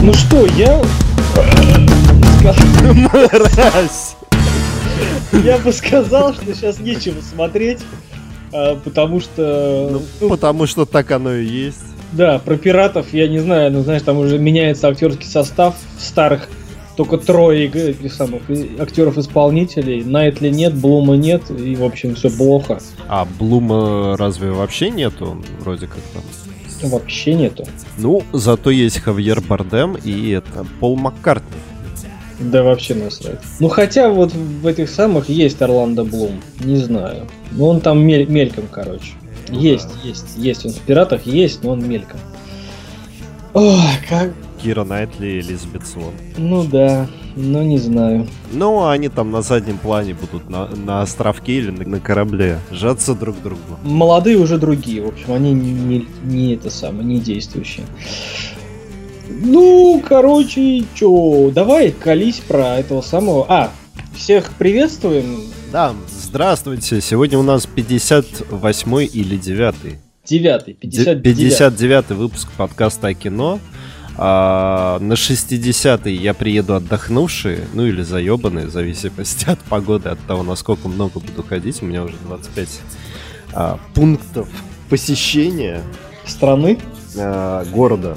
Ну что, я... Мразь! Я бы сказал, что сейчас нечего смотреть, потому что... Потому что так оно и есть. Да, про пиратов я не знаю, ну знаешь, там уже меняется актерский состав старых, только трое этих самых актеров-исполнителей. Найтли нет, Блума нет, и в общем все плохо. А Блума разве вообще нету? Он вроде как там... Вообще нету. Ну, зато есть Хавьер Бардем и это Пол Маккартни. Да вообще насрать. Ну хотя вот в этих самых есть Орландо Блум, не знаю. Ну он там мельком, короче. Ну, есть. Он в «Пиратах» есть, но он мельком. Ой, как... Кира Найтли и Элизабет Свон. Ну да, но не знаю. Ну, они там на заднем плане будут на островке или на корабле жаться друг к другу. Молодые уже другие, в общем, они не это самое, не действующие. Ну, короче, чё, давай колись про этого самого... всех приветствуем. Да, здравствуйте, сегодня у нас 58-й или 9-й? 59-й выпуск подкаста о кино. На 60-й я приеду отдохнувший, ну или заебанный, в зависимости от погоды, от того, насколько много буду ходить. У меня уже 25 пунктов посещения Страны? Города.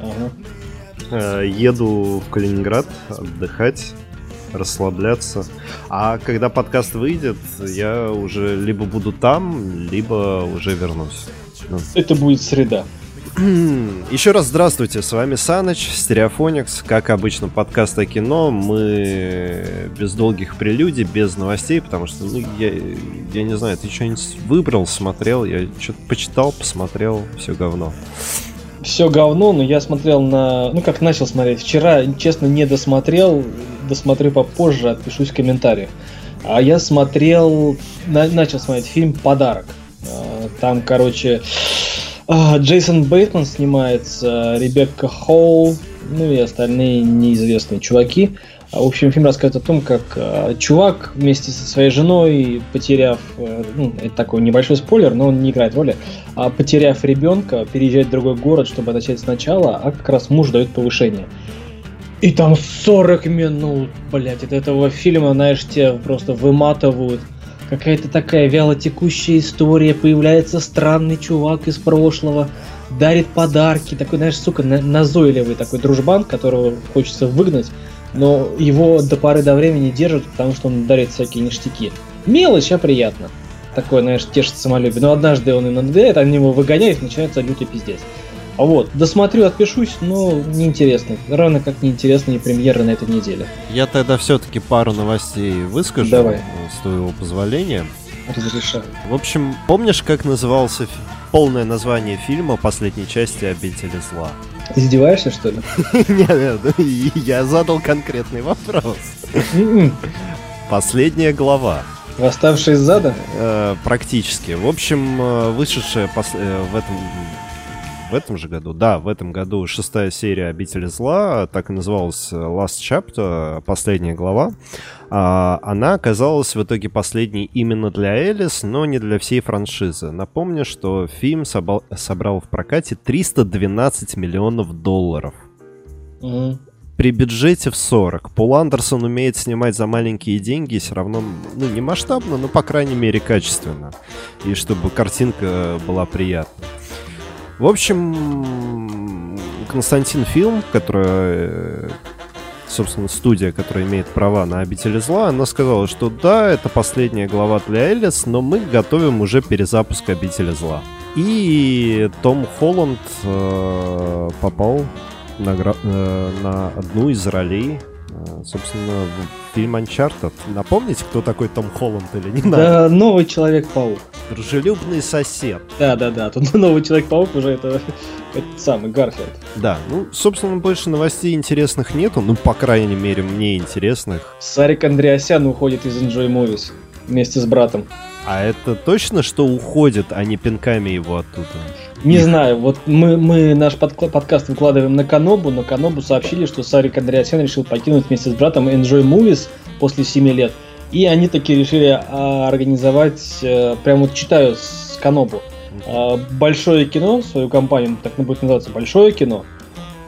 Ага. Еду в Калининград отдыхать, расслабляться. А когда подкаст выйдет, я уже либо буду там, либо уже вернусь. Это будет среда. Еще раз здравствуйте, с вами Саныч, Стереофоникс. Как обычно, подкаст о кино. Мы без долгих прелюдий, без новостей, потому что, я не знаю, ты что-нибудь выбрал, смотрел, я что-то почитал, посмотрел, все говно. Все говно, но я смотрел как начал смотреть вчера, честно, не досмотрел, досмотрю попозже, отпишусь в комментариях. А я начал смотреть фильм «Подарок». Там, короче, Джейсон Бейтман снимается, Ребекка Холл, ну и остальные неизвестные чуваки. В общем, фильм рассказывает о том, как чувак вместе со своей женой, потеряв, это такой небольшой спойлер, но он не играет роли, потеряв ребенка, переезжает в другой город, чтобы начать сначала, а как раз муж дает повышение. И там 40 минут, блять, от этого фильма, знаешь, тебя просто выматывают. Какая-то такая вялотекущая история, появляется странный чувак из прошлого, дарит подарки, такой, знаешь, сука, назойливый такой дружбан, которого хочется выгнать, но его до поры до времени держат, потому что он дарит всякие ништяки. Мелочь, а приятно. Такое, знаешь, тешит самолюбие. Но однажды он и надоедает, они его выгоняют, начинается лютый пиздец. Вот, досмотрю, отпишусь, но неинтересно. Равно как неинтересны и премьеры на этой неделе. Я тогда все-таки пару новостей выскажу. Давай. С твоего позволения. Разрешаю. В общем, помнишь, как назывался полное название фильма последней части «Обители зла»? Издеваешься, что ли? Нет, я задал конкретный вопрос. Последняя глава. Восставший из зада? Практически. В общем, вышедшая в этом же году, да, в этом году 6-я серия «Обители зла», так и называлась Last Chapter, последняя глава, она оказалась в итоге последней именно для Элис, но не для всей франшизы. Напомню, что фильм собрал в прокате $312 миллионов. При бюджете в 40. Пол Андерсон умеет снимать за маленькие деньги, все равно, не масштабно, но, по крайней мере, качественно. И чтобы картинка была приятной. В общем, Константин Фильм, которая, собственно, студия, которая имеет права на «Обители зла», она сказала, что да, это последняя глава для Элис, но мы готовим уже перезапуск «Обители зла». И Том Холланд попал на одну из ролей, собственно, в фильм «Uncharted». Напомните, кто такой Том Холланд или не надо? Да, новый Человек-паук. Дружелюбный сосед. Да, тут новый Человек-паук уже это самый Гарфилд. Да, собственно, больше новостей интересных нету, по крайней мере, мне интересных. Сарик Андреасян уходит из Enjoy Movies вместе с братом. А это точно, что уходит, а не пинками его оттуда? Не знаю, вот мы наш подкаст выкладываем на Канобу, но Канобу сообщили, что Сарик Андреасян решил покинуть вместе с братом Enjoy Movies после 7 лет. И они таки решили организовать, прям вот читаю с Канобу, большое кино, свою компанию, так будет называться, большое кино,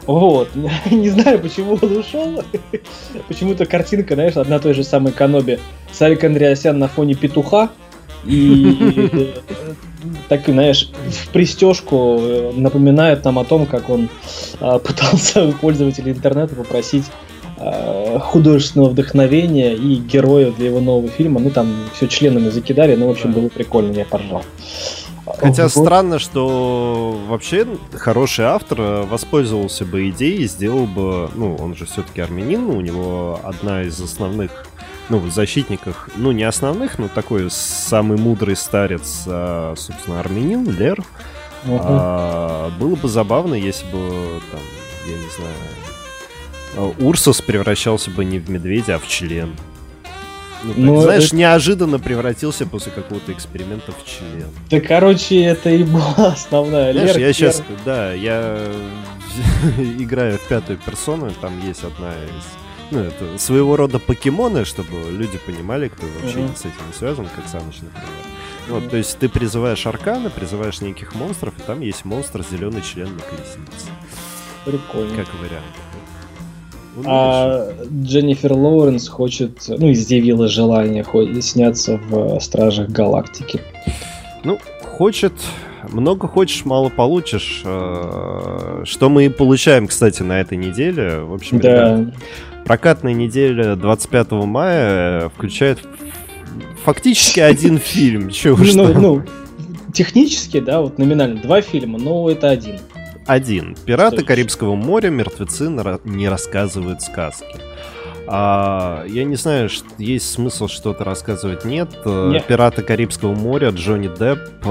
Вот. Не знаю, почему он ушел. Почему-то картинка, знаешь, одна той же самой Каноби. Сарик Андреасян на фоне петуха. И так, знаешь, в пристежку напоминает нам о том, как он пытался у пользователей интернета попросить художественного вдохновения и героев для его нового фильма. Ну, там все членами закидали, но, в общем, было прикольно, я поржал. Хотя странно, что вообще хороший автор воспользовался бы идеей, сделал бы... Ну, он же все-таки армянин, у него одна из основных, ну, защитников, ну, не основных, но такой самый мудрый старец, собственно, армянин, Лер. Было бы забавно, если бы, там, я не знаю, Урсус превращался бы не в медведя, а в член. Ну, так, знаешь, неожиданно превратился после какого-то эксперимента в член. Да, короче, это и была основная. Знаешь, я сейчас, да, я играю в пятую персону, там есть одна из... Ну, это своего рода покемоны, чтобы люди понимали, кто вообще с этим связан, как Саныч, например. Вот, то есть ты призываешь арканы, призываешь неких монстров, и там есть монстр зеленый член на колеснице. Прикольно. Как вариант. А Дженнифер Лоуренс хочет, ну, изъявила желание сняться в «Стражах Галактики». Ну, хочет, много хочешь, мало получишь. Что мы и получаем, кстати, на этой неделе. В общем, да. Ребят, прокатная неделя 25 мая включает фактически один фильм. Ну, технически, да, вот номинально 2 фильма, но это один. «Пираты Карибского моря. Мертвецы не рассказывают сказки». Я не знаю, есть смысл что-то рассказывать, нет. «Пираты Карибского моря», Джонни Депп.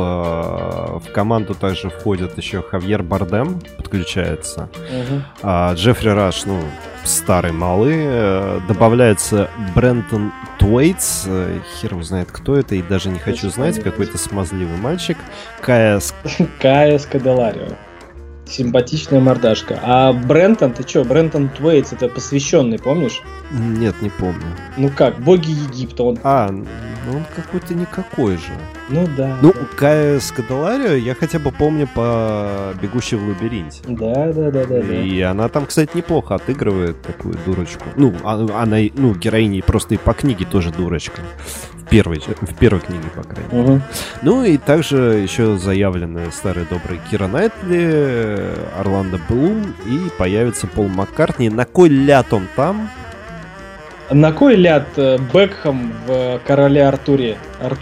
В команду также входит еще Хавьер Бардем, подключается. Джеффри Раш, ну, старый малый. Добавляется Брентон Туэйтс. Хер его знает, кто это, и даже не хочу знать. Какой-то смазливый мальчик. Кая Скоделарио. Симпатичная мордашка. А Брентон, ты чё? Брентон Туэйтс, это посвященный, помнишь? Нет, не помню. Ну как, боги Египта. Он какой-то никакой же. Ну да. Ну, Кая Скоделарио я хотя бы помню по «Бегущей в лабиринте». Да. И она там, кстати, неплохо отыгрывает такую дурочку. Ну, она, ну, героиня просто и по книге тоже дурочка. В первой книге, по крайней мере. Ну и также еще заявлены старый добрый Кира Найтли, Орландо Блум, и появится Пол Маккартни. На кой ляд он там? На кой ляд Бекхэм в «Короле Артуре»?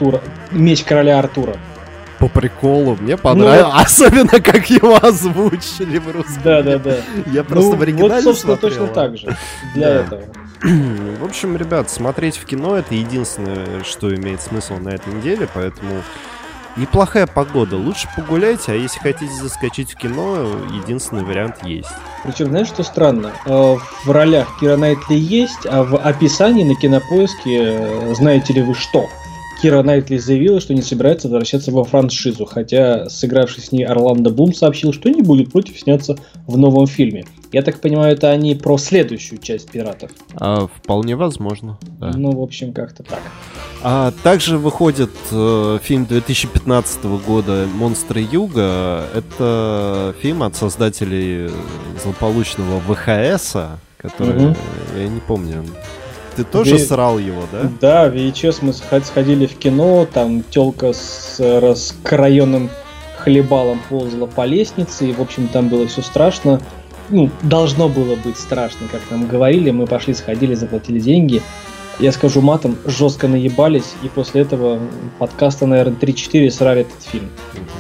Меч короля Артура. По приколу, мне понравилось. Особенно, как его озвучили в русском. Да. Я просто в оригинале вот, собственно, смотрел. точно так же. Для этого. В общем, ребят, смотреть в кино — это единственное, что имеет смысл на этой неделе, поэтому неплохая погода. Лучше погуляйте, а если хотите заскочить в кино, единственный вариант есть. Причем, знаешь, что странно? В ролях Кира Найтли есть, а в описании на Кинопоиске знаете ли вы что? Кира Найтли заявила, что не собирается возвращаться во франшизу, хотя сыгравший с ней Орландо Блум сообщил, что не будет против сняться в новом фильме. Я так понимаю, это они про следующую часть «Пиратов». Вполне возможно, да. Ну, в общем, как-то так. Также выходит фильм 2015 года «Монстры Юга». Это фильм от создателей злополучного ВХСа, который, я не помню... Ты тоже срал его, да? Да, VHS мы сходили в кино, там тёлка с раскроенным хлебалом ползала по лестнице, и, в общем, там было все страшно. Ну, должно было быть страшно, как нам говорили, мы пошли, сходили, заплатили деньги. Я скажу матом, жестко наебались, и после этого подкаста, наверное, 3-4 срали этот фильм.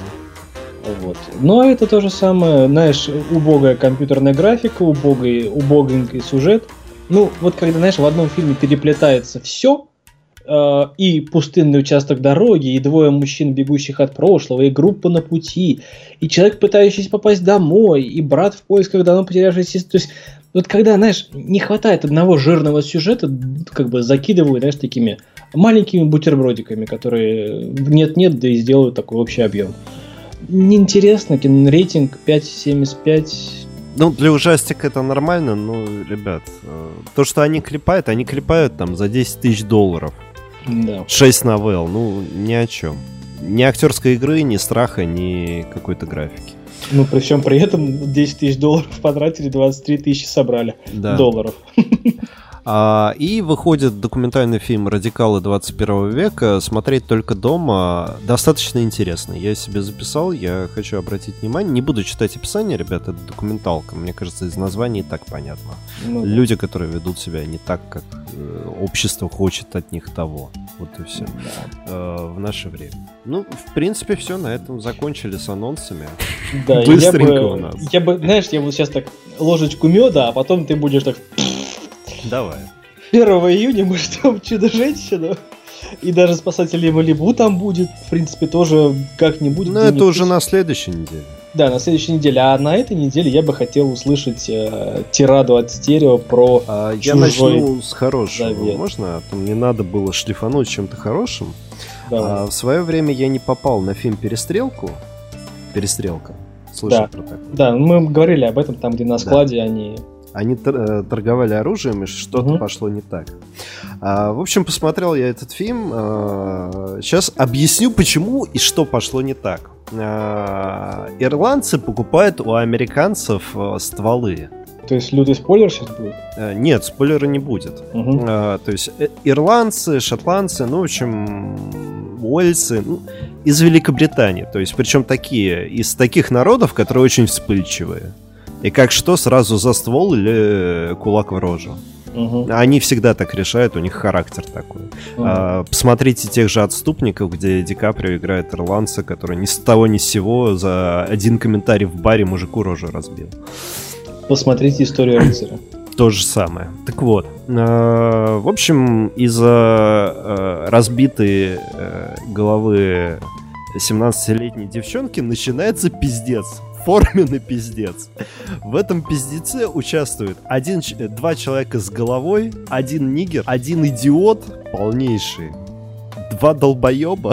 Вот. Но это то же самое, знаешь, убогая компьютерная графика, убогенький сюжет. Ну, вот когда, знаешь, в одном фильме переплетается все, и пустынный участок дороги, и 2 мужчин, бегущих от прошлого, и группа на пути, и человек, пытающийся попасть домой, и брат в поисках давно потерявшей сестры. То есть, вот когда, знаешь, не хватает одного жирного сюжета, как бы закидывают, знаешь, такими маленькими бутербродиками, которые нет-нет, да и сделают такой общий объем. Неинтересно, рейтинг 5,75. Ну, для ужастика это нормально, но, ребят, то, что они клепают там за $10 тысяч. Да. 6 новелл, ну, ни о чем. Ни актерской игры, ни страха, ни какой-то графики. Ну, при всем при этом 10 тысяч долларов потратили, 23 тысячи собрали долларов. И выходит документальный фильм «Радикалы 21 века». Смотреть только дома достаточно интересно. Я себе записал, я хочу обратить внимание. Не буду читать описание, ребята, это документалка. Мне кажется, из названия и так понятно. Люди, которые ведут себя не так, как общество хочет от них того. Вот и все. В наше время. Ну, в принципе, все, на этом закончили с анонсами. Да, быстренько у нас. Знаешь, я вот сейчас так ложечку меда, а потом ты будешь так... Давай. 1 июня мы ждем Чудо-женщину. И даже Спасатели Малибу там будет. В принципе, тоже как-нибудь. Но это уже на следующей неделе. Да, на следующей неделе. А на этой неделе я бы хотел услышать тираду от стерео про я начну с хорошего. Завет. Можно? А то мне надо было шлифануть чем-то хорошим. В свое время я не попал на фильм «Перестрелку». «Перестрелка». Слышал про такое? Да, мы говорили об этом, там, где на складе Они торговали оружием, и что-то пошло не так. В общем, посмотрел я этот фильм. Сейчас объясню, почему и что пошло не так. Ирландцы покупают у американцев стволы. То есть лютый спойлер сейчас будет? Нет, спойлера не будет. То есть ирландцы, шотландцы, ну, в общем, уэльсы, из Великобритании. То есть, причем из таких народов, которые очень вспыльчивые. И как что, сразу за ствол или кулак в рожу. Они всегда так решают, у них характер такой. Посмотрите тех же «Отступников», где Ди Каприо играет ирландца, который ни с того ни с сего за один комментарий в баре мужику рожу разбил. Посмотрите «Историю рыцаря». То же самое. Так вот, в общем, из-за разбитой головы 17-летней девчонки начинается пиздец. Форменный пиздец. В этом пиздеце участвуют два человека с головой, один нигер, один идиот полнейший, два долбоеба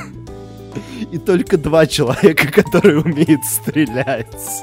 и только два человека, которые умеют стрелять.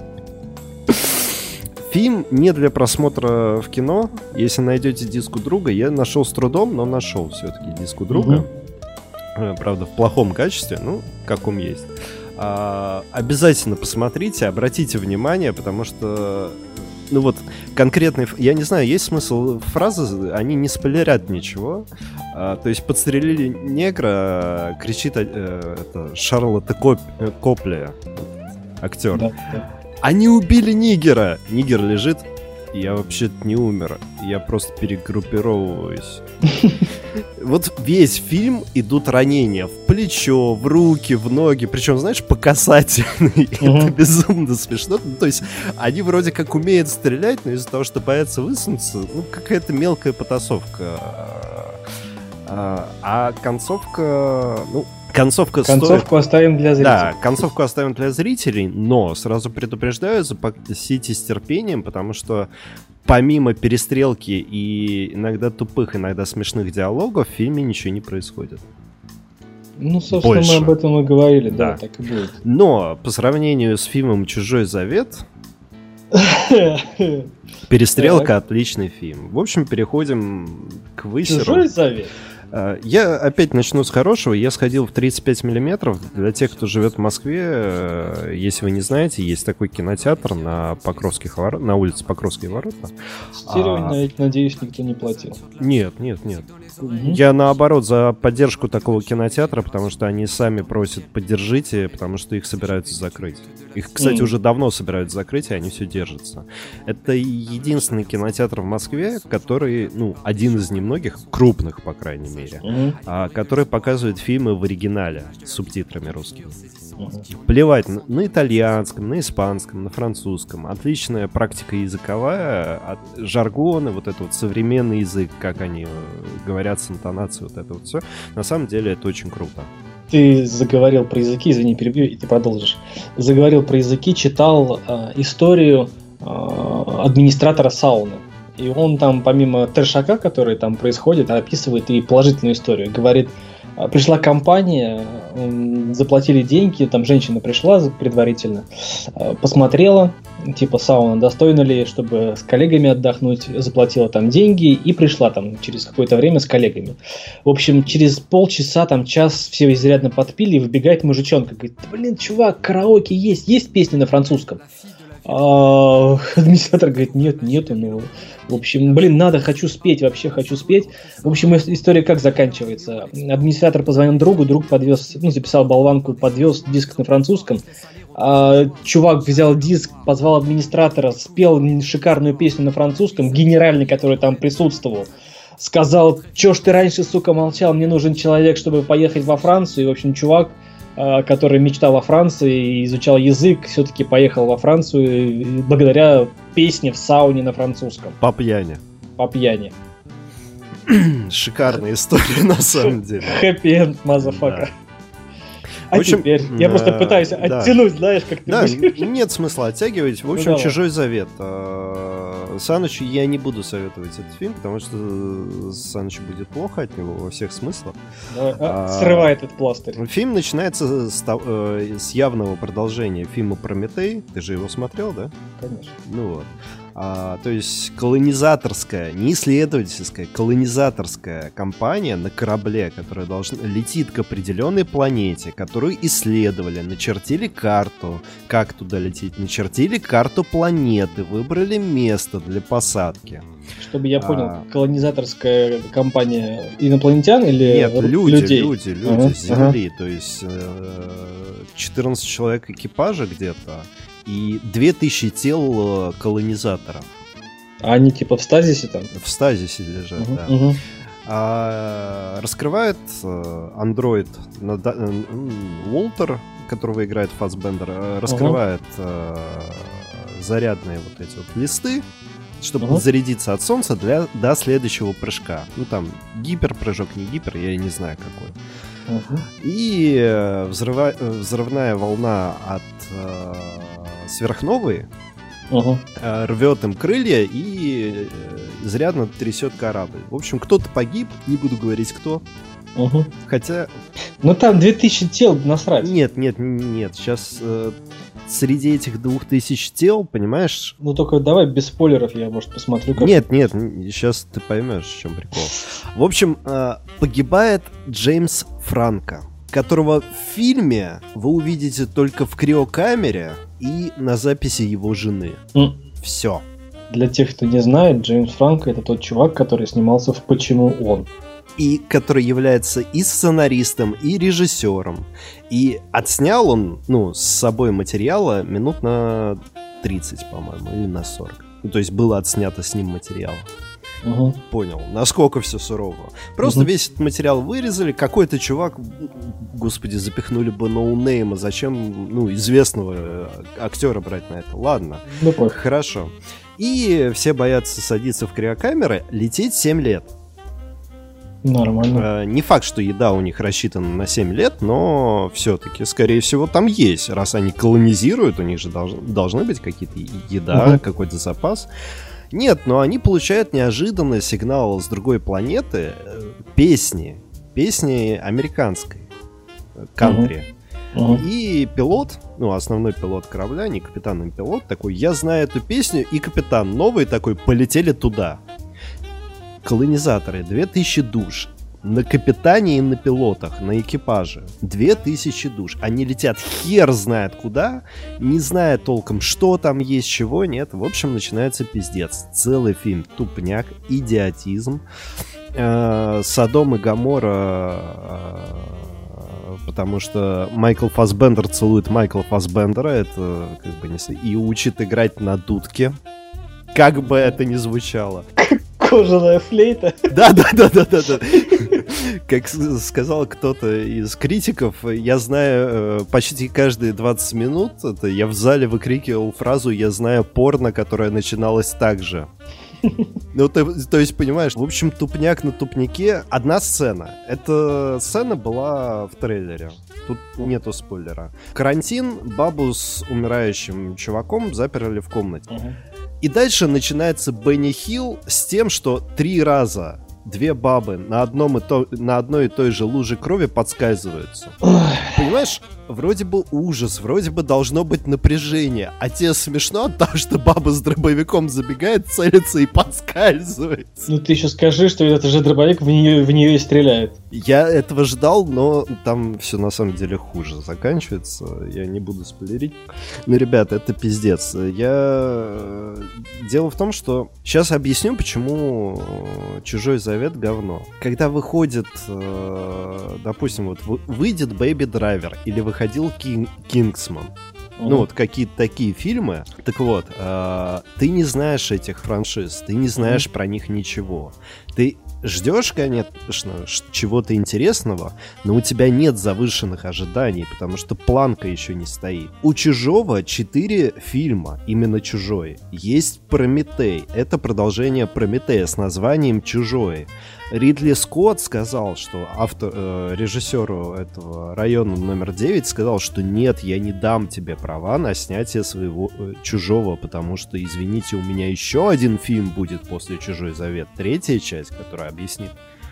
Фильм не для просмотра в кино. Если найдете диск у друга, я нашел с трудом, но нашел все-таки диск у друга. Правда, в плохом качестве, каком есть. Обязательно посмотрите, обратите внимание, потому что, конкретный, я не знаю, есть смысл фразы, они не спойлерят ничего. То есть подстрелили негра, кричит Шарлотта Копли, актер. Да. Они убили нигера. Нигер лежит. Я вообще-то не умер. Я просто перегруппировываюсь. Вот весь фильм идут ранения в плечо, в руки, в ноги. Причем, знаешь, по касательной. Это безумно смешно. То есть они вроде как умеют стрелять, но из-за того, что боятся высунуться, какая-то мелкая потасовка. А концовка... Концовку оставим для зрителей. Да, концовку оставим для зрителей, но сразу предупреждаю, запаситесь терпением, потому что помимо перестрелки и иногда тупых, иногда смешных диалогов, в фильме ничего не происходит. Собственно, больше. Мы об этом и говорили, да, так и будет. Но по сравнению с фильмом «Чужой завет», «Перестрелка» — отличный фильм. В общем, переходим к высеру. «Чужой завет». Я опять начну с хорошего. Я сходил в 35 миллиметров. Для тех, кто живет в Москве, если вы не знаете, есть такой кинотеатр на на улице Покровские ворота. Стерео, надеюсь, никто не платил. Нет. Я, наоборот, за поддержку такого кинотеатра, потому что они сами просят «поддержите», потому что их собираются закрыть. Их, кстати, уже давно собираются закрыть, и они все держатся. Это единственный кинотеатр в Москве, который, один из немногих, крупных, по крайней мере, который показывает фильмы в оригинале с субтитрами русскими. Плевать на итальянском, на испанском, на французском. Отличная практика языковая, жаргоны, вот это вот современный язык, как они говорят с интонацией, вот это вот все. На самом деле это очень круто. Ты заговорил про языки, извини, перебью, и ты продолжишь. Заговорил про языки, читал историю администратора сауны. И он там, помимо трешака, который там происходит, описывает и положительную историю. Говорит, Пришла компания, заплатили деньги, там женщина пришла предварительно, посмотрела, типа сауна достойна ли, чтобы с коллегами отдохнуть, заплатила там деньги и пришла там через какое-то время с коллегами. В общем, через полчаса, там час все изрядно подпили, и выбегает мужичонка, говорит: блин, чувак, караоке есть песни на французском? Администратор говорит: нету, ну, в общем, блин, хочу спеть. В общем, история как заканчивается? Администратор позвонил другу, друг подвез, записал болванку, подвез диск на французском. Чувак взял диск, позвал администратора, спел шикарную песню на французском, генеральный, который там присутствовал. Сказал: чё ж ты раньше, сука, молчал, мне нужен человек, чтобы поехать во Францию. И, в общем, чувак, который мечтал о Франции и изучал язык, все-таки поехал во Францию благодаря песне в сауне на французском. По пьяни. Шикарная история, на самом деле. Хэппи-энд, мазафака. В общем, теперь я просто пытаюсь оттянуть, знаешь, как ты говоришь. Нет смысла оттягивать. В общем, «Чужой завет». Санычу я не буду советовать этот фильм, потому что Санычу будет плохо от него во всех смыслах. Срывай этот пластырь. Фильм начинается с явного продолжения фильма «Прометей». Ты же его смотрел, да? Конечно. Ну вот. То есть колонизаторская, не исследовательская, колонизаторская компания на корабле, которая летит к определенной планете, которую исследовали, начертили карту, как туда лететь, начертили карту планеты, выбрали место для посадки. Чтобы я понял, колонизаторская компания инопланетян или нет, людей? Люди с Земли, то есть 14 человек экипажа где-то, и 2000 тел колонизаторов. А они типа в стазисе там? В стазисе лежат, да. Раскрывает андроид Уолтер, которого играет Фассбендер, раскрывает зарядные вот эти вот листы, чтобы подзарядиться от солнца до следующего прыжка. Ну там гиперпрыжок, не гипер, я не знаю какой. И взрывная волна от сверхновой рвет им крылья и изрядно трясет корабль. В общем, кто-то погиб, не буду говорить кто. Хотя... Ну там 2000 тел насрать. Нет. Сейчас среди этих 2000 тел, понимаешь... Ну только давай без спойлеров, я, может, посмотрю. Как... Нет, сейчас ты поймешь, в чем прикол. В общем, погибает Джеймс Франко, которого в фильме вы увидите только в криокамере и на записи его жены. Все. Для тех, кто не знает, Джеймс Франко — это тот чувак, который снимался в «Почему он?». И который является и сценаристом, и режиссером. И отснял он, с собой материала минут на 30, по-моему, или на 40. Ну, то есть было отснято с ним материал. Понял, насколько все сурово. Просто весь этот материал вырезали. Какой-то чувак, господи, запихнули бы ноунейма. Зачем, известного актера брать на это? Ладно, хорошо. И все боятся садиться в криокамеры, лететь 7 лет. Нормально. Не факт, что еда у них рассчитана на 7 лет, но все-таки, скорее всего, там есть. Раз они колонизируют, у них же должны быть какие-то еда, какой-то запас. Нет, но они получают неожиданный сигнал с другой планеты, песни американской, кантри. И пилот, основной пилот корабля, не капитан, а пилот, такой: я знаю эту песню, и капитан новый такой: полетели туда. Колонизаторы, 2000 душ. На капитане и на пилотах, на экипаже. 2000 душ. Они летят хер знает куда, не зная толком, что там есть, чего нет. В общем, начинается пиздец. Целый фильм тупняк, идиотизм. Содом и Гоморра, потому что Майкл Фассбендер целует Майкла Фассбендера. Это как бы не... И учит играть на дудке. Как бы это ни звучало. Кожаная флейта. Да. Как сказал кто-то из критиков, я знаю почти каждые 20 минут, это я в зале выкрикивал фразу «я знаю порно», которая начиналась так же. Ну, то есть, понимаешь, в общем, тупняк на тупнике. Одна сцена. Эта сцена была в трейлере. Тут нету спойлера. Карантин, бабу с умирающим чуваком заперли в комнате. И дальше начинается Бенни Хилл с тем, что 3 раза две бабы на одной и той же луже крови подскальзываются. Понимаешь, вроде бы ужас, вроде бы должно быть напряжение, а тебе смешно от того, что баба с дробовиком забегает, целится и подскальзывается. Ну ты еще скажи, что этот же дробовик в нее и стреляет. Я этого ждал, но там все на самом деле хуже заканчивается. Я не буду спойлерить. Ну, ребята, это пиздец. Дело в том, что... Сейчас объясню, почему «Чужой завет» говно. Когда выходит, допустим, вот выйдет «Бэйби Драйвер» или выходил «Кингсман», ну вот какие-то такие фильмы. Так вот, ты не знаешь этих франшиз, ты не знаешь про них ничего. Ты ждешь, конечно, чего-то интересного, но у тебя нет завышенных ожиданий, потому что планка еще не стоит. У «Чужого» 4 фильма, именно «Чужой». Есть «Прометей». Это продолжение «Прометея» с названием «Чужой». Ридли Скотт сказал, что режиссеру этого района номер 9 сказал, что нет, я не дам тебе права на снятие своего «Чужого», потому что, извините, у меня еще один фильм будет после «Чужой завет», 3-я часть, которая объяснит.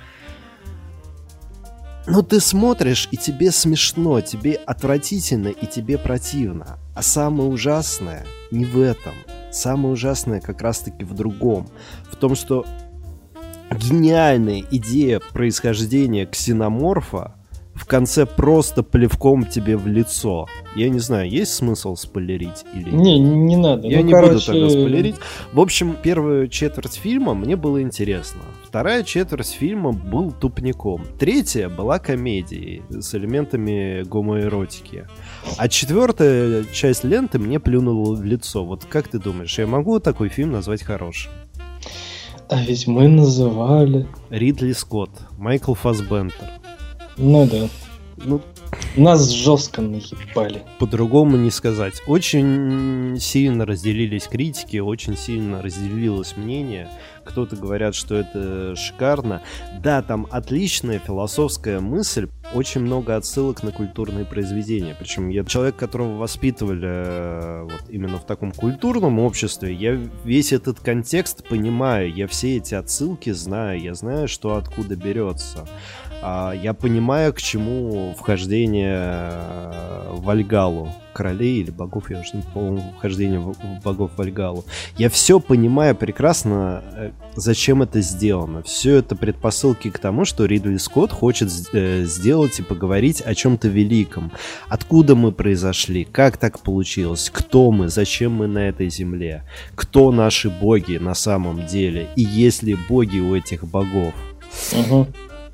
Но ты смотришь, и тебе смешно, тебе отвратительно, и тебе противно. А самое ужасное не в этом. Самое ужасное как раз-таки в другом. В том, что гениальная идея происхождения ксеноморфа в конце просто плевком тебе в лицо. Я не знаю, есть смысл спойлерить или нет? Не надо. Я не буду тогда спойлерить. В общем, первую четверть фильма мне было интересно. Вторая четверть фильма был тупником. Третья была комедией с элементами гомоэротики. А четвертая часть ленты мне плюнула в лицо. Вот как ты думаешь, я могу такой фильм назвать хорошим? А ведь мы называли... Ридли Скотт, Майкл Фассбендер. Ну да. Ну, нас жестко наебали. По-другому не сказать. Очень сильно разделились критики, очень сильно разделилось мнение. Кто-то говорят, что это шикарно. Да, там отличная философская мысль, очень много отсылок на культурные произведения. Причем я человек, которого воспитывали вот именно в таком культурном обществе, я весь этот контекст понимаю, я все эти отсылки знаю, я знаю, что откуда берется. Я понимаю, к чему вхождение в Вальгаллу королей или богов, я уже не помню, вхождение в богов в Вальгаллу. Я все понимаю прекрасно, зачем это сделано. Все это предпосылки к тому, что Ридли Скотт хочет сделать и поговорить о чем-то великом. Откуда мы произошли, как так получилось, кто мы, зачем мы на этой земле, кто наши боги на самом деле, и есть ли боги у этих богов. Угу.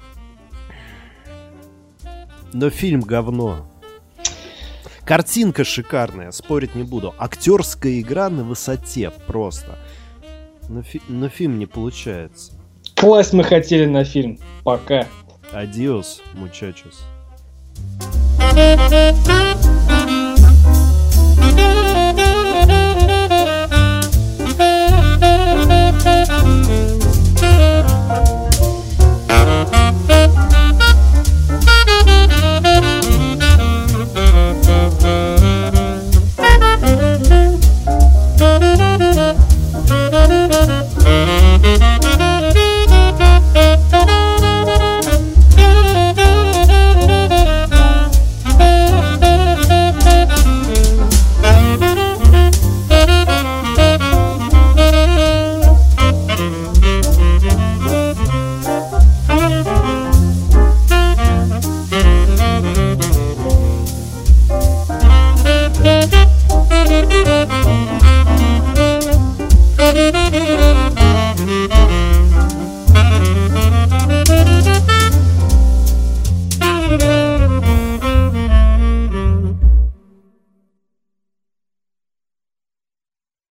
Но фильм говно. Картинка шикарная, спорить не буду. Актерская игра на высоте просто. Но фильм не получается. Класть мы хотели на фильм. Пока. Адиос, мучачос.